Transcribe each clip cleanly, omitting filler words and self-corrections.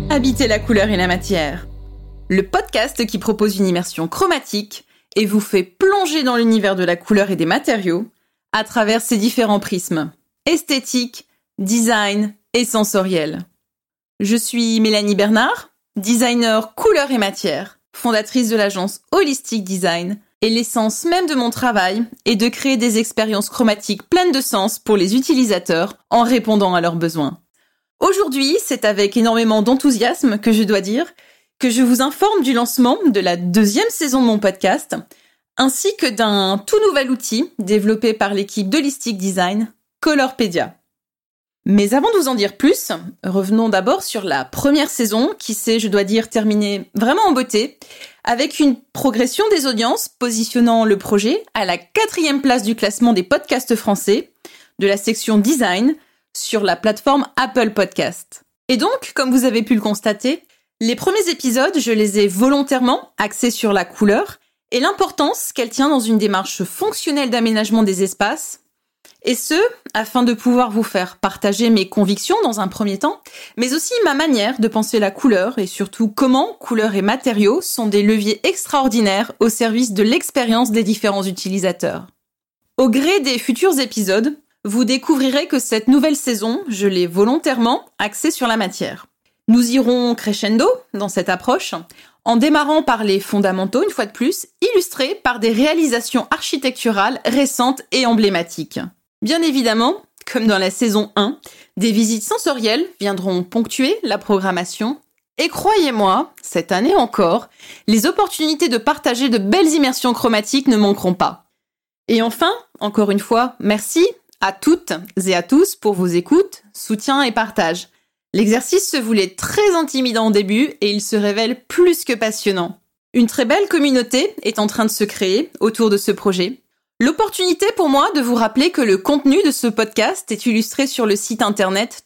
Habitez la couleur et la matière. Le podcast qui propose une immersion chromatique et vous fait plonger dans l'univers de la couleur et des matériaux à travers ses différents prismes esthétique, design et sensoriel. Je suis Mélanie Bernard, designer couleur et matière, fondatrice de l'agence Holistic Design, et l'essence même de mon travail est de créer des expériences chromatiques pleines de sens pour les utilisateurs en répondant à leurs besoins. Aujourd'hui, c'est avec énormément d'enthousiasme que je dois dire que je vous informe du lancement de la 2e saison de mon podcast, ainsi que d'un tout nouvel outil développé par l'équipe d'Holistic Design, Colorpedia. Mais avant de vous en dire plus, revenons d'abord sur la première saison qui s'est, je dois dire, terminée vraiment en beauté, avec une progression des audiences positionnant le projet à la 4e place du classement des podcasts français de la section Design sur la plateforme Apple Podcast. Et donc, comme vous avez pu le constater, les premiers épisodes, je les ai volontairement axés sur la couleur et l'importance qu'elle tient dans une démarche fonctionnelle d'aménagement des espaces, et ce, afin de pouvoir vous faire partager mes convictions dans un premier temps, mais aussi ma manière de penser la couleur et surtout comment couleurs et matériaux sont des leviers extraordinaires au service de l'expérience des différents utilisateurs. Au gré des futurs épisodes, vous découvrirez que cette nouvelle saison, je l'ai volontairement axée sur la matière. Nous irons crescendo dans cette approche, en démarrant par les fondamentaux, une fois de plus, illustrés par des réalisations architecturales récentes et emblématiques. Bien évidemment, comme dans la saison 1, des visites sensorielles viendront ponctuer la programmation. Et croyez-moi, cette année encore, les opportunités de partager de belles immersions chromatiques ne manqueront pas. Et enfin, encore une fois, merci à toutes et à tous pour vos écoutes, soutiens et partages. L'exercice se voulait très intimidant au début et il se révèle plus que passionnant. Une très belle communauté est en train de se créer autour de ce projet. L'opportunité pour moi de vous rappeler que le contenu de ce podcast est illustré sur le site internet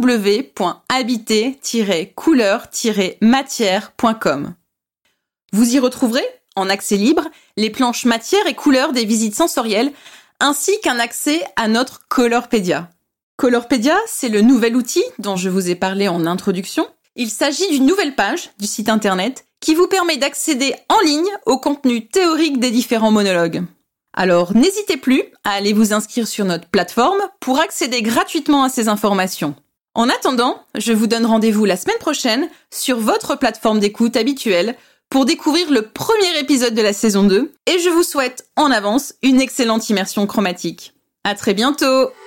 www.habiter-couleur-matière.com. Vous y retrouverez, en accès libre, les planches matière et couleurs des visites sensorielles, ainsi qu'un accès à notre Colorpedia. Colorpedia, c'est le nouvel outil dont je vous ai parlé en introduction. Il s'agit d'une nouvelle page du site internet qui vous permet d'accéder en ligne au contenu théorique des différents monologues. Alors, n'hésitez plus à aller vous inscrire sur notre plateforme pour accéder gratuitement à ces informations. En attendant, je vous donne rendez-vous la semaine prochaine sur votre plateforme d'écoute habituelle pour découvrir le premier épisode de la saison 2 et je vous souhaite en avance une excellente immersion chromatique. À très bientôt!